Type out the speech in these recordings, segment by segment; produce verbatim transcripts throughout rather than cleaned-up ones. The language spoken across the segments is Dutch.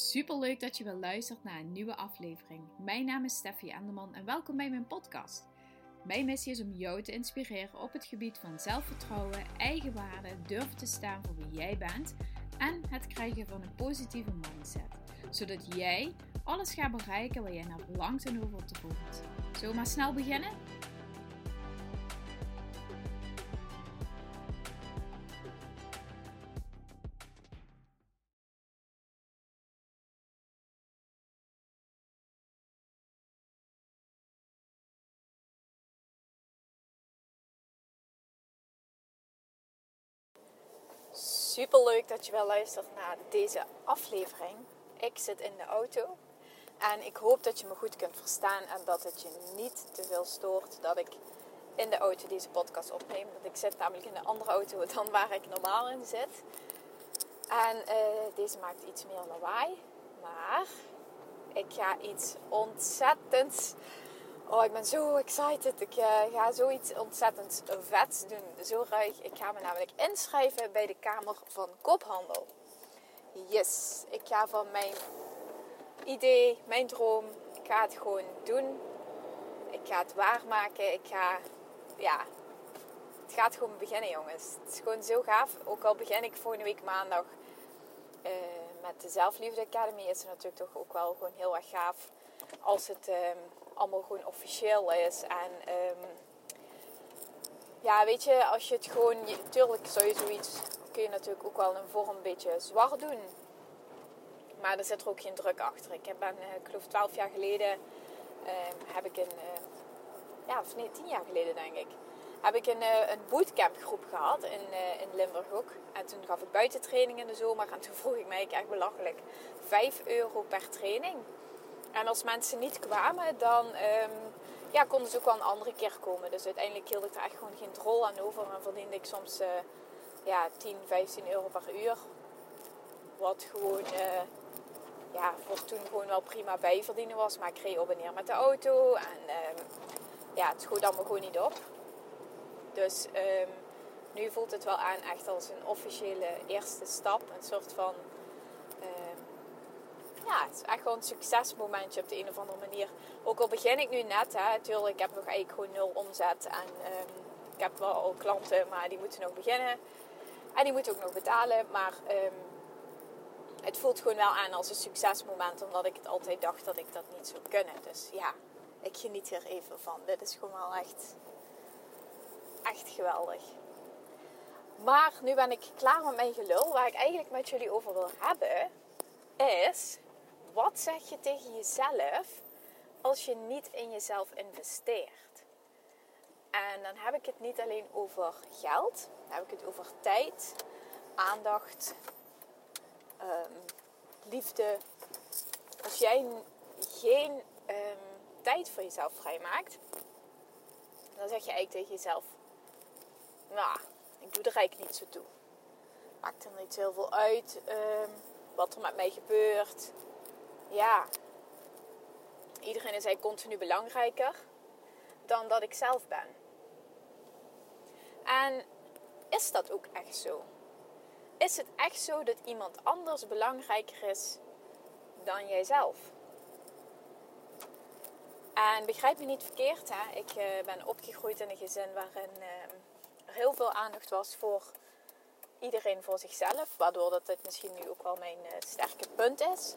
Super leuk dat je weer luistert naar een nieuwe aflevering. Mijn naam is Steffi Enderman en welkom bij mijn podcast. Mijn missie is om jou te inspireren op het gebied van zelfvertrouwen, eigenwaarde, durven te staan voor wie jij bent en het krijgen van een positieve mindset. Zodat jij alles gaat bereiken waar jij naar verlangt en over te voelt. Zullen we maar snel beginnen? Super leuk dat je wel luistert naar deze aflevering. Ik zit in de auto en ik hoop dat je me goed kunt verstaan en dat het je niet te veel stoort dat ik in de auto deze podcast opneem. Want ik zit namelijk in een andere auto dan waar ik normaal in zit. En uh, deze maakt iets meer lawaai, maar ik ga iets ontzettends... Oh, ik ben zo excited. Ik uh, ga zoiets ontzettend vets doen. Zo ruig. Ik ga me namelijk inschrijven bij de Kamer van Koophandel. Yes. Ik ga van mijn idee, mijn droom, ik ga het gewoon doen. Ik ga het waarmaken. Ik ga, ja, het gaat gewoon beginnen, jongens. Het is gewoon zo gaaf. Ook al begin ik volgende week maandag uh, met de Zelfliefde Academy, is het natuurlijk toch ook wel gewoon heel erg gaaf als het... Um, allemaal gewoon officieel is. En um, ja, weet je, als je het gewoon... Natuurlijk zou je zoiets... kun je natuurlijk ook wel in een vorm een beetje zwart doen. Maar er zit er ook geen druk achter. Ik ben, uh, ik geloof twaalf jaar geleden... Um, heb ik een... Uh, ja, of nee, tien jaar geleden denk ik. Heb ik een, uh, een bootcamp groep gehad in, uh, in Limburg ook. En toen gaf ik buitentraining in de zomer. En toen vroeg ik mij echt belachelijk... vijf euro per training. En als mensen niet kwamen, dan um, ja, konden ze ook wel een andere keer komen. Dus uiteindelijk hield ik er echt gewoon geen drol aan over. En verdiende ik soms uh, ja, tien, vijftien euro per uur. Wat gewoon, uh, ja, voor toen gewoon wel prima bijverdienen was. Maar ik reed op en neer met de auto. En um, ja, het schoot allemaal gewoon niet op. Dus um, nu voelt het wel aan echt als een officiële eerste stap. Een soort van... Um, Ja, het is echt gewoon een succesmomentje op de een of andere manier. Ook al begin ik nu net, hè, natuurlijk, ik heb nog eigenlijk gewoon nul omzet. En um, ik heb wel al klanten, maar die moeten nog beginnen. En die moeten ook nog betalen. Maar um, het voelt gewoon wel aan als een succesmoment, omdat ik het altijd dacht dat ik dat niet zou kunnen. Dus ja, ik geniet er even van. Dit is gewoon wel echt, echt geweldig. Maar nu ben ik klaar met mijn gelul. Waar ik eigenlijk met jullie over wil hebben, is... Wat zeg je tegen jezelf als je niet in jezelf investeert? En dan heb ik het niet alleen over geld. Dan heb ik het over tijd, aandacht, um, liefde. Als jij geen um, tijd voor jezelf vrijmaakt, dan zeg je eigenlijk tegen jezelf... Nou, ik doe er eigenlijk niet zo toe. Maakt er niet heel veel uit um, wat er met mij gebeurt... Ja, iedereen is eigenlijk continu belangrijker dan dat ik zelf ben. En is dat ook echt zo? Is het echt zo dat iemand anders belangrijker is dan jijzelf? En begrijp me niet verkeerd, hè? Ik uh, ben opgegroeid in een gezin waarin uh, er heel veel aandacht was voor iedereen voor zichzelf. Waardoor dat dit misschien nu ook wel mijn uh, sterke punt is.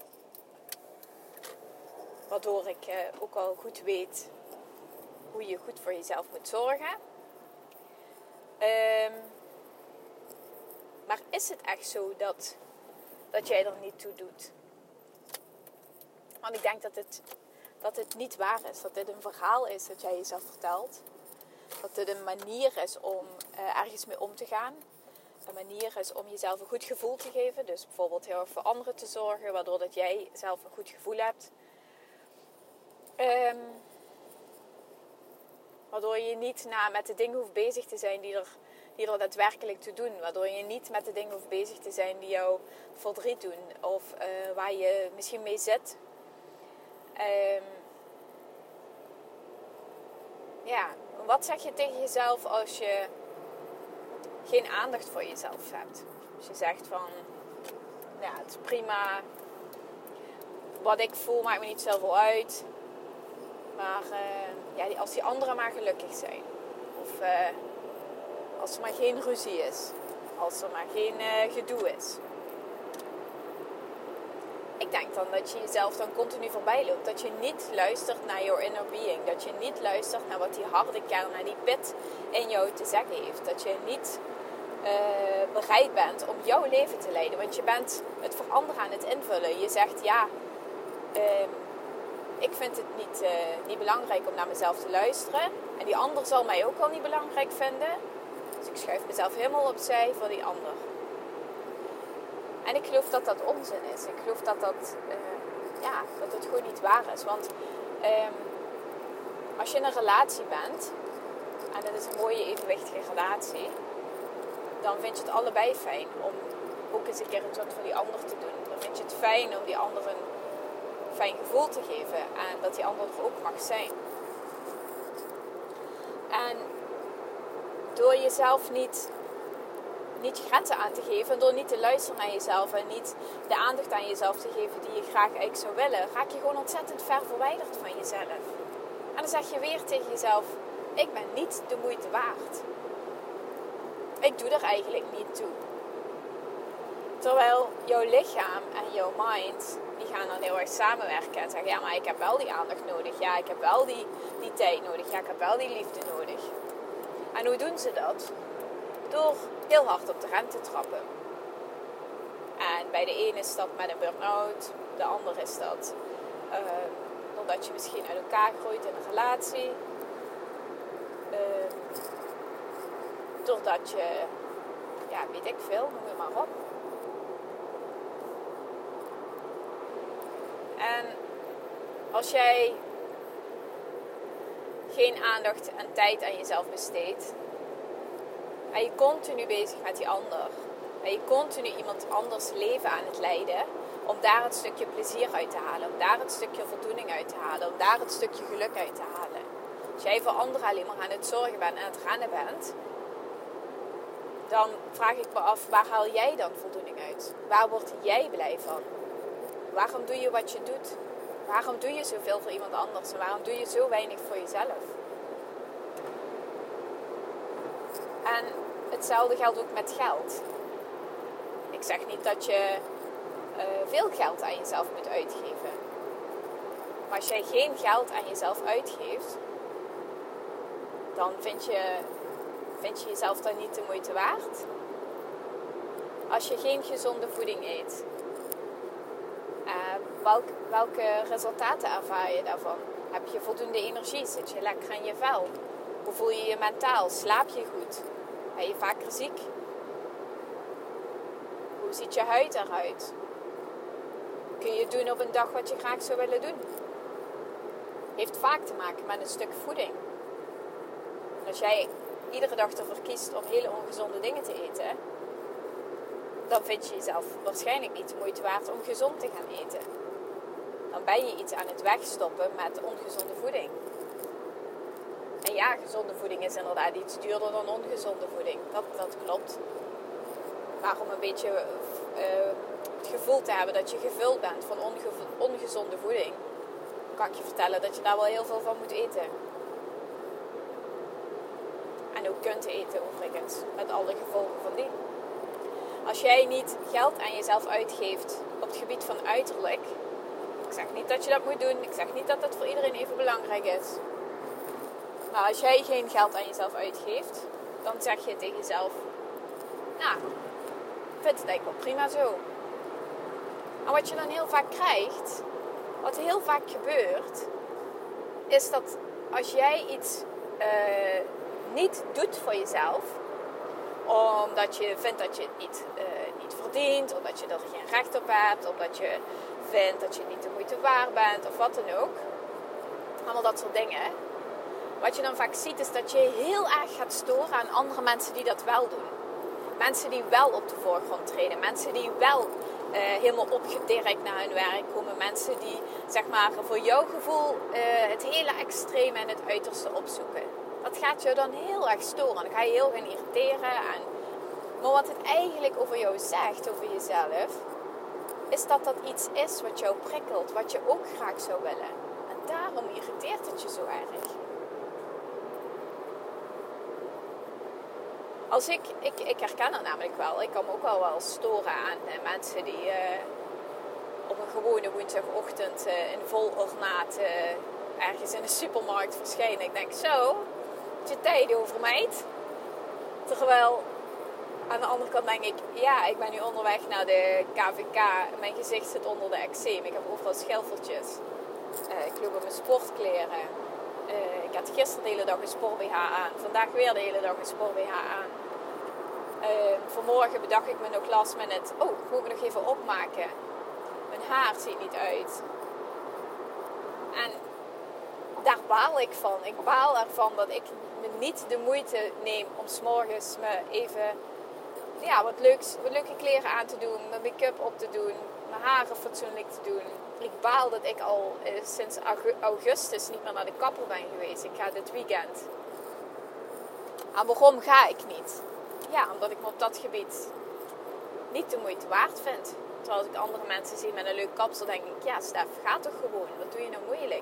Waardoor ik uh, ook al goed weet hoe je goed voor jezelf moet zorgen. Um, maar is het echt zo dat, dat jij er niet toe doet? Want ik denk dat het, dat het niet waar is. Dat dit een verhaal is dat jij jezelf vertelt. Dat dit een manier is om uh, ergens mee om te gaan. Een manier is om jezelf een goed gevoel te geven. Dus bijvoorbeeld heel erg voor anderen te zorgen. Waardoor dat jij zelf een goed gevoel hebt. Um, waardoor je niet na, met de dingen hoeft bezig te zijn die er, die er daadwerkelijk toe doen. Waardoor je niet met de dingen hoeft bezig te zijn die jou verdriet doen. Of uh, waar je misschien mee zit. Um, ja, wat zeg je tegen jezelf als je geen aandacht voor jezelf hebt? Als je zegt van, ja, het is prima... wat ik voel maakt me niet zoveel uit. Maar uh, ja, als die anderen maar gelukkig zijn. Of uh, als er maar geen ruzie is. Als er maar geen uh, gedoe is. Ik denk dan dat je jezelf dan continu voorbij loopt. Dat je niet luistert naar your inner being. Dat je niet luistert naar wat die harde kern, naar die pit in jou te zeggen heeft. Dat je niet uh, bereid bent om jouw leven te leiden. Want je bent het voor anderen aan het invullen. Je zegt ja, uh, ik vind het niet, uh, niet belangrijk om naar mezelf te luisteren. En die ander zal mij ook wel niet belangrijk vinden. Dus ik schuif mezelf helemaal opzij voor die ander. En ik geloof dat dat onzin is. Ik geloof dat dat, uh, ja, dat het gewoon niet waar is. Want um, als je in een relatie bent, en dat is een mooie evenwichtige relatie, dan vind je het allebei fijn om ook eens een keer iets wat voor die ander te doen. Dan vind je het fijn om die ander een fijn gevoel te geven en dat die ander er ook mag zijn. En door jezelf niet... niet grenzen aan te geven, door niet te luisteren naar jezelf en niet de aandacht aan jezelf te geven die je graag eigenlijk zou willen, raak je gewoon ontzettend ver verwijderd van jezelf. En dan zeg je weer tegen jezelf, ik ben niet de moeite waard. Ik doe er eigenlijk niet toe. Terwijl jouw lichaam en jouw mind, die gaan dan heel erg samenwerken en zeggen, ja, maar ik heb wel die aandacht nodig. Ja, ik heb wel die, die tijd nodig. Ja, ik heb wel die liefde nodig. En hoe doen ze dat? Door heel hard op de rem te trappen. En bij de een is dat met een burn-out. De ander is dat uh, doordat je misschien uit elkaar groeit in een relatie. Uh, doordat je, ja, weet ik veel, noem het maar op. En als jij geen aandacht en tijd aan jezelf besteedt, en je continu bezig met die ander. En je continu iemand anders leven aan het leiden. Om daar het stukje plezier uit te halen. Om daar het stukje voldoening uit te halen. Om daar het stukje geluk uit te halen. Als jij voor anderen alleen maar aan het zorgen bent en aan het rennen bent. Dan vraag ik me af, waar haal jij dan voldoening uit? Waar word jij blij van? Waarom doe je wat je doet? Waarom doe je zoveel voor iemand anders? En waarom doe je zo weinig voor jezelf? En hetzelfde geldt ook met geld. Ik zeg niet dat je uh, veel geld aan jezelf moet uitgeven. Maar als jij geen geld aan jezelf uitgeeft, dan vind je, vind je jezelf dan niet de moeite waard. Als je geen gezonde voeding eet, uh, welk, welke resultaten ervaar je daarvan? Heb je voldoende energie? Zit je lekker in je vel? Hoe voel je je mentaal? Slaap je goed? Ben je vaker ziek? Hoe ziet je huid eruit? Kun je doen op een dag wat je graag zou willen doen? Heeft vaak te maken met een stuk voeding. Als jij iedere dag ervoor kiest om hele ongezonde dingen te eten, dan vind je jezelf waarschijnlijk niet de moeite waard om gezond te gaan eten. Dan ben je iets aan het wegstoppen met ongezonde voeding. En ja, gezonde voeding is inderdaad iets duurder dan ongezonde voeding. Dat, dat klopt. Maar om een beetje uh, het gevoel te hebben dat je gevuld bent van onge- ongezonde voeding, kan ik je vertellen dat je daar wel heel veel van moet eten. En ook kunt eten overigens, met alle gevolgen van die. Als jij niet geld aan jezelf uitgeeft op het gebied van uiterlijk, ik zeg niet dat je dat moet doen, ik zeg niet dat dat voor iedereen even belangrijk is. Maar als jij geen geld aan jezelf uitgeeft, dan zeg je tegen jezelf, nou, ik vind het eigenlijk wel prima zo. En wat je dan heel vaak krijgt, wat heel vaak gebeurt, is dat als jij iets uh, niet doet voor jezelf, omdat je vindt dat je het niet, uh, niet verdient, omdat je er geen recht op hebt, omdat je vindt dat je niet de moeite waard bent of wat dan ook. Allemaal dat soort dingen. Wat je dan vaak ziet is dat je heel erg gaat storen aan andere mensen die dat wel doen. Mensen die wel op de voorgrond treden. Mensen die wel uh, helemaal opgedirkt naar hun werk komen. Mensen die, zeg maar, voor jouw gevoel uh, het hele extreme en het uiterste opzoeken. Dat gaat jou dan heel erg storen. Dan ga je heel gaan irriteren. En... Maar wat het eigenlijk over jou zegt, over jezelf, is dat dat iets is wat jou prikkelt, wat je ook graag zou willen. En daarom irriteert het je zo erg. Als ik, ik, ik herken het namelijk wel. Ik kan me ook wel wel storen aan uh, mensen die uh, op een gewone woensdagochtend uh, in vol ornaat uh, ergens in de supermarkt verschijnen. Ik denk zo, dat je tijd overmijdt. Terwijl aan de andere kant denk ik, ja, ik ben nu onderweg naar de K V K. Mijn gezicht zit onder de eczeem. Ik heb overal schelfeltjes. Uh, ik loop in mijn sportkleren. Uh, ik had gisteren de hele dag een sport-B H aan. Vandaag weer de hele dag een sport-B H aan. Uh, vanmorgen bedacht ik me nog last minute. Oh, ik moet me nog even opmaken. Mijn haar ziet niet uit. En daar baal ik van. Ik baal ervan dat ik me niet de moeite neem om 's morgens me even ja, wat, leuks, wat leuke kleren aan te doen. Mijn make-up op te doen. Mijn haren fatsoenlijk te doen. Ik baal dat ik al eh, sinds augustus niet meer naar de kapper ben geweest. Ik ga dit weekend. En waarom ga ik niet? Ja, omdat ik me op dat gebied niet de moeite waard vind. Terwijl als ik andere mensen zie met een leuk kapsel, denk ik, ja Stef, ga toch gewoon. Wat doe je nou moeilijk?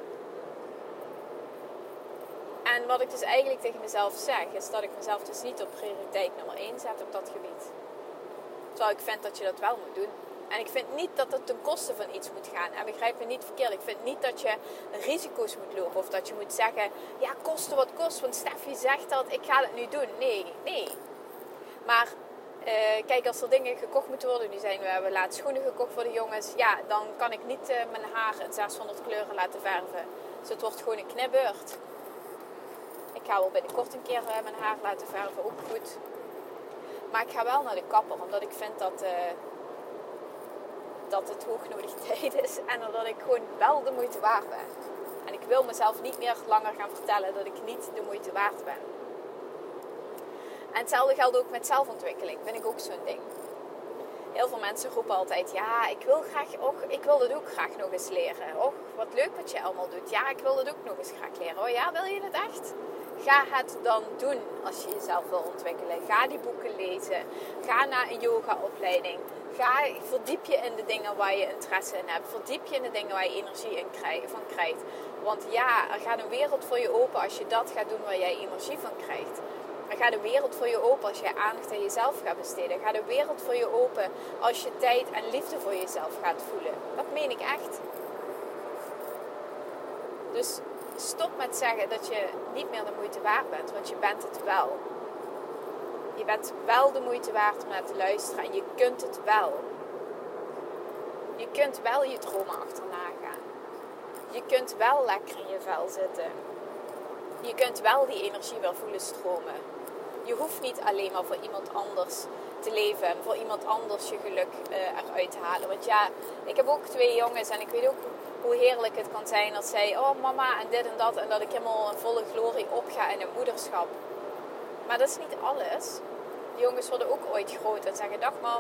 En wat ik dus eigenlijk tegen mezelf zeg, is dat ik mezelf dus niet op prioriteit nummer één zet op dat gebied. Terwijl ik vind dat je dat wel moet doen. En ik vind niet dat het ten koste van iets moet gaan. En begrijp me niet verkeerd. Ik vind niet dat je risico's moet lopen. Of dat je moet zeggen, ja, koste wat kost. Want Steffi zegt dat, ik ga het nu doen. Nee, nee. Maar uh, kijk, als er dingen gekocht moeten worden. Nu zijn we hebben laatst schoenen gekocht voor de jongens. Ja, dan kan ik niet uh, mijn haar in zeshonderd kleuren laten verven. Dus het wordt gewoon een knipbeurt. Ik ga wel binnenkort een keer uh, mijn haar laten verven. Ook goed. Maar ik ga wel naar de kapper. Omdat ik vind dat... Uh, dat het hoognodig tijd is en dat ik gewoon wel de moeite waard ben. En ik wil mezelf niet meer langer gaan vertellen dat ik niet de moeite waard ben. En hetzelfde geldt ook met zelfontwikkeling, vind ik ook zo'n ding. Heel veel mensen roepen altijd, ja, ik wil graag, och, ik wil dat ook graag nog eens leren. Och, wat leuk wat je allemaal doet. Ja, ik wil dat ook nog eens graag leren. Oh ja, wil je het echt? Ga het dan doen als je jezelf wil ontwikkelen. Ga die boeken lezen. Ga naar een yogaopleiding. Ga, verdiep je in de dingen waar je interesse in hebt. Verdiep je in de dingen waar je energie in krijg, van krijgt. Want ja, er gaat een wereld voor je open als je dat gaat doen waar jij energie van krijgt. Er gaat een wereld voor je open als je aandacht aan jezelf gaat besteden. Er gaat een wereld voor je open als je tijd en liefde voor jezelf gaat voelen. Dat meen ik echt. Dus stop met zeggen dat je niet meer de moeite waard bent. Want je bent het wel. Je bent wel de moeite waard om naar te luisteren. En je kunt het wel. Je kunt wel je dromen achterna gaan. Je kunt wel lekker in je vel zitten. Je kunt wel die energie weer voelen stromen. Je hoeft niet alleen maar voor iemand anders te leven. En voor iemand anders je geluk uh, eruit te halen. Want ja, ik heb ook twee jongens. En ik weet ook hoe heerlijk het kan zijn als zij... Oh mama en dit en dat. En dat ik helemaal in volle glorie opga in het moederschap. Maar dat is niet alles. De jongens worden ook ooit groot en zeggen, dag mam.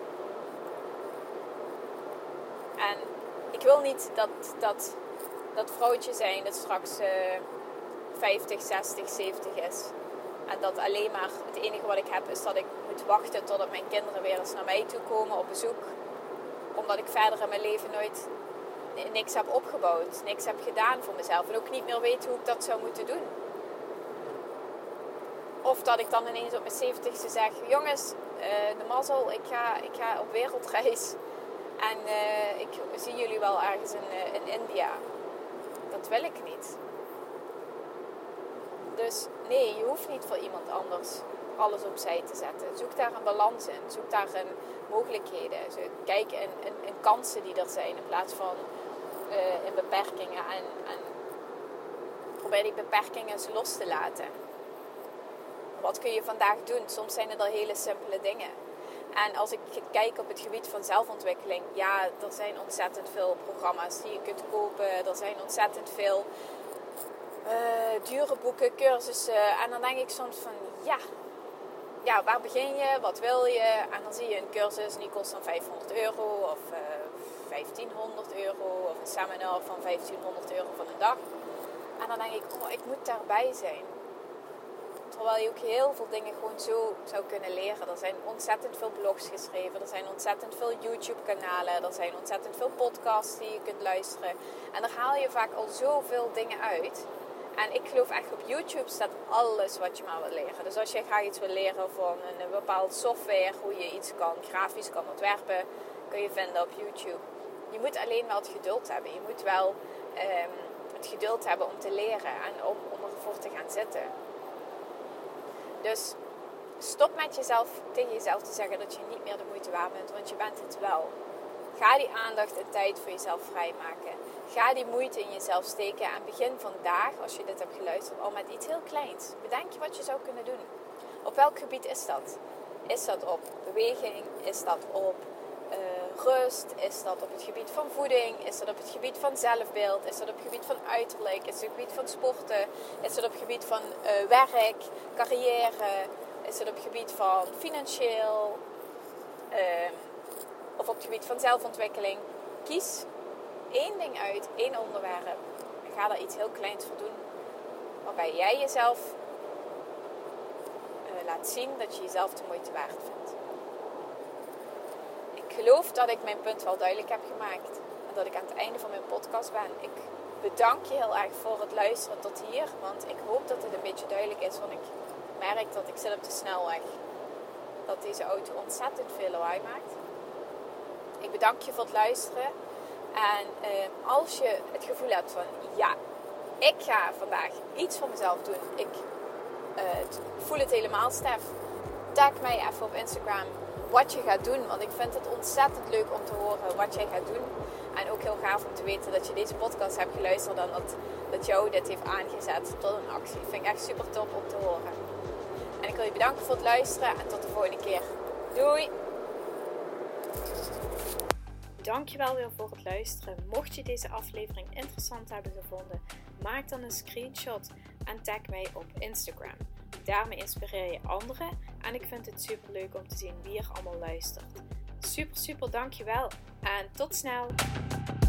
En ik wil niet dat dat, dat vrouwtje zijn dat straks uh, vijftig, zestig, zeventig is. En dat alleen maar het enige wat ik heb is dat ik moet wachten totdat mijn kinderen weer eens naar mij toe komen op bezoek. Omdat ik verder in mijn leven nooit niks heb opgebouwd. Niks heb gedaan voor mezelf. En ook niet meer weet hoe ik dat zou moeten doen. Of dat ik dan ineens op mijn zeventigste zeg... Jongens, uh, de mazzel, ik ga, ik ga op wereldreis. En uh, ik zie jullie wel ergens in, uh, in India. Dat wil ik niet. Dus nee, je hoeft niet voor iemand anders alles opzij te zetten. Zoek daar een balans in. Zoek daar een mogelijkheden. Kijk in, in, in kansen die er zijn in plaats van uh, in beperkingen. En, en probeer die beperkingen eens los te laten. Wat kun je vandaag doen? Soms zijn het al hele simpele dingen. En als ik kijk op het gebied van zelfontwikkeling... Ja, er zijn ontzettend veel programma's die je kunt kopen. Er zijn ontzettend veel uh, dure boeken, cursussen. En dan denk ik soms van... Ja, ja, waar begin je? Wat wil je? En dan zie je een cursus die kost dan vijfhonderd euro. Of uh, vijftienhonderd euro. Of een seminar van vijftienhonderd euro voor een dag. En dan denk ik... Oh, ik moet daarbij zijn. Terwijl je ook heel veel dingen gewoon zo zou kunnen leren. Er zijn ontzettend veel blogs geschreven. Er zijn ontzettend veel YouTube kanalen. Er zijn ontzettend veel podcasts die je kunt luisteren. En daar haal je vaak al zoveel dingen uit. En ik geloof echt, op YouTube staat alles wat je maar wil leren. Dus als je graag iets wil leren van een, een bepaalde software, hoe je iets kan, grafisch kan ontwerpen, kun je vinden op YouTube. Je moet alleen wel het geduld hebben. Je moet wel um, het geduld hebben om te leren en om, om ervoor te gaan zitten. Dus stop met jezelf, tegen jezelf te zeggen dat je niet meer de moeite waard bent, want je bent het wel. Ga die aandacht en tijd voor jezelf vrijmaken. Ga die moeite in jezelf steken en begin vandaag, als je dit hebt geluisterd, al met iets heel kleins. Bedenk je wat je zou kunnen doen. Op welk gebied is dat? Is dat op beweging? Is dat op uh, rust? Is dat op het gebied van voeding? Is dat op het gebied van zelfbeeld? Is dat op het gebied van uiterlijk? Is dat op het gebied van sporten? Is dat op het gebied van uh, werk, carrière? Is dat op het gebied van financieel? Uh, of op het gebied van zelfontwikkeling? Kies één ding uit, één onderwerp. En ga daar iets heel kleins voor doen. Waarbij jij jezelf uh, laat zien dat je jezelf de moeite waard vindt. Ik geloof dat ik mijn punt wel duidelijk heb gemaakt. En dat ik aan het einde van mijn podcast ben. Ik bedank je heel erg voor het luisteren tot hier. Want ik hoop dat het een beetje duidelijk is. Want ik merk dat ik zit op de snelweg. Dat deze auto ontzettend veel lawaai maakt. Ik bedank je voor het luisteren. En uh, als je het gevoel hebt van, ja, ik ga vandaag iets voor mezelf doen. Ik uh, voel het helemaal, Stef. Tag mij even op Instagram wat je gaat doen. Want ik vind het ontzettend leuk om te horen wat jij gaat doen. En ook heel gaaf om te weten dat je deze podcast hebt geluisterd. En dat, dat jou dit heeft aangezet tot een actie. Dat vind ik echt super top om te horen. En ik wil je bedanken voor het luisteren. En tot de volgende keer. Doei! Dankjewel weer voor het luisteren. Mocht je deze aflevering interessant hebben gevonden, maak dan een screenshot en tag mij op Instagram. Daarmee inspireer je anderen en ik vind het super leuk om te zien wie er allemaal luistert. Super, super dankjewel en tot snel!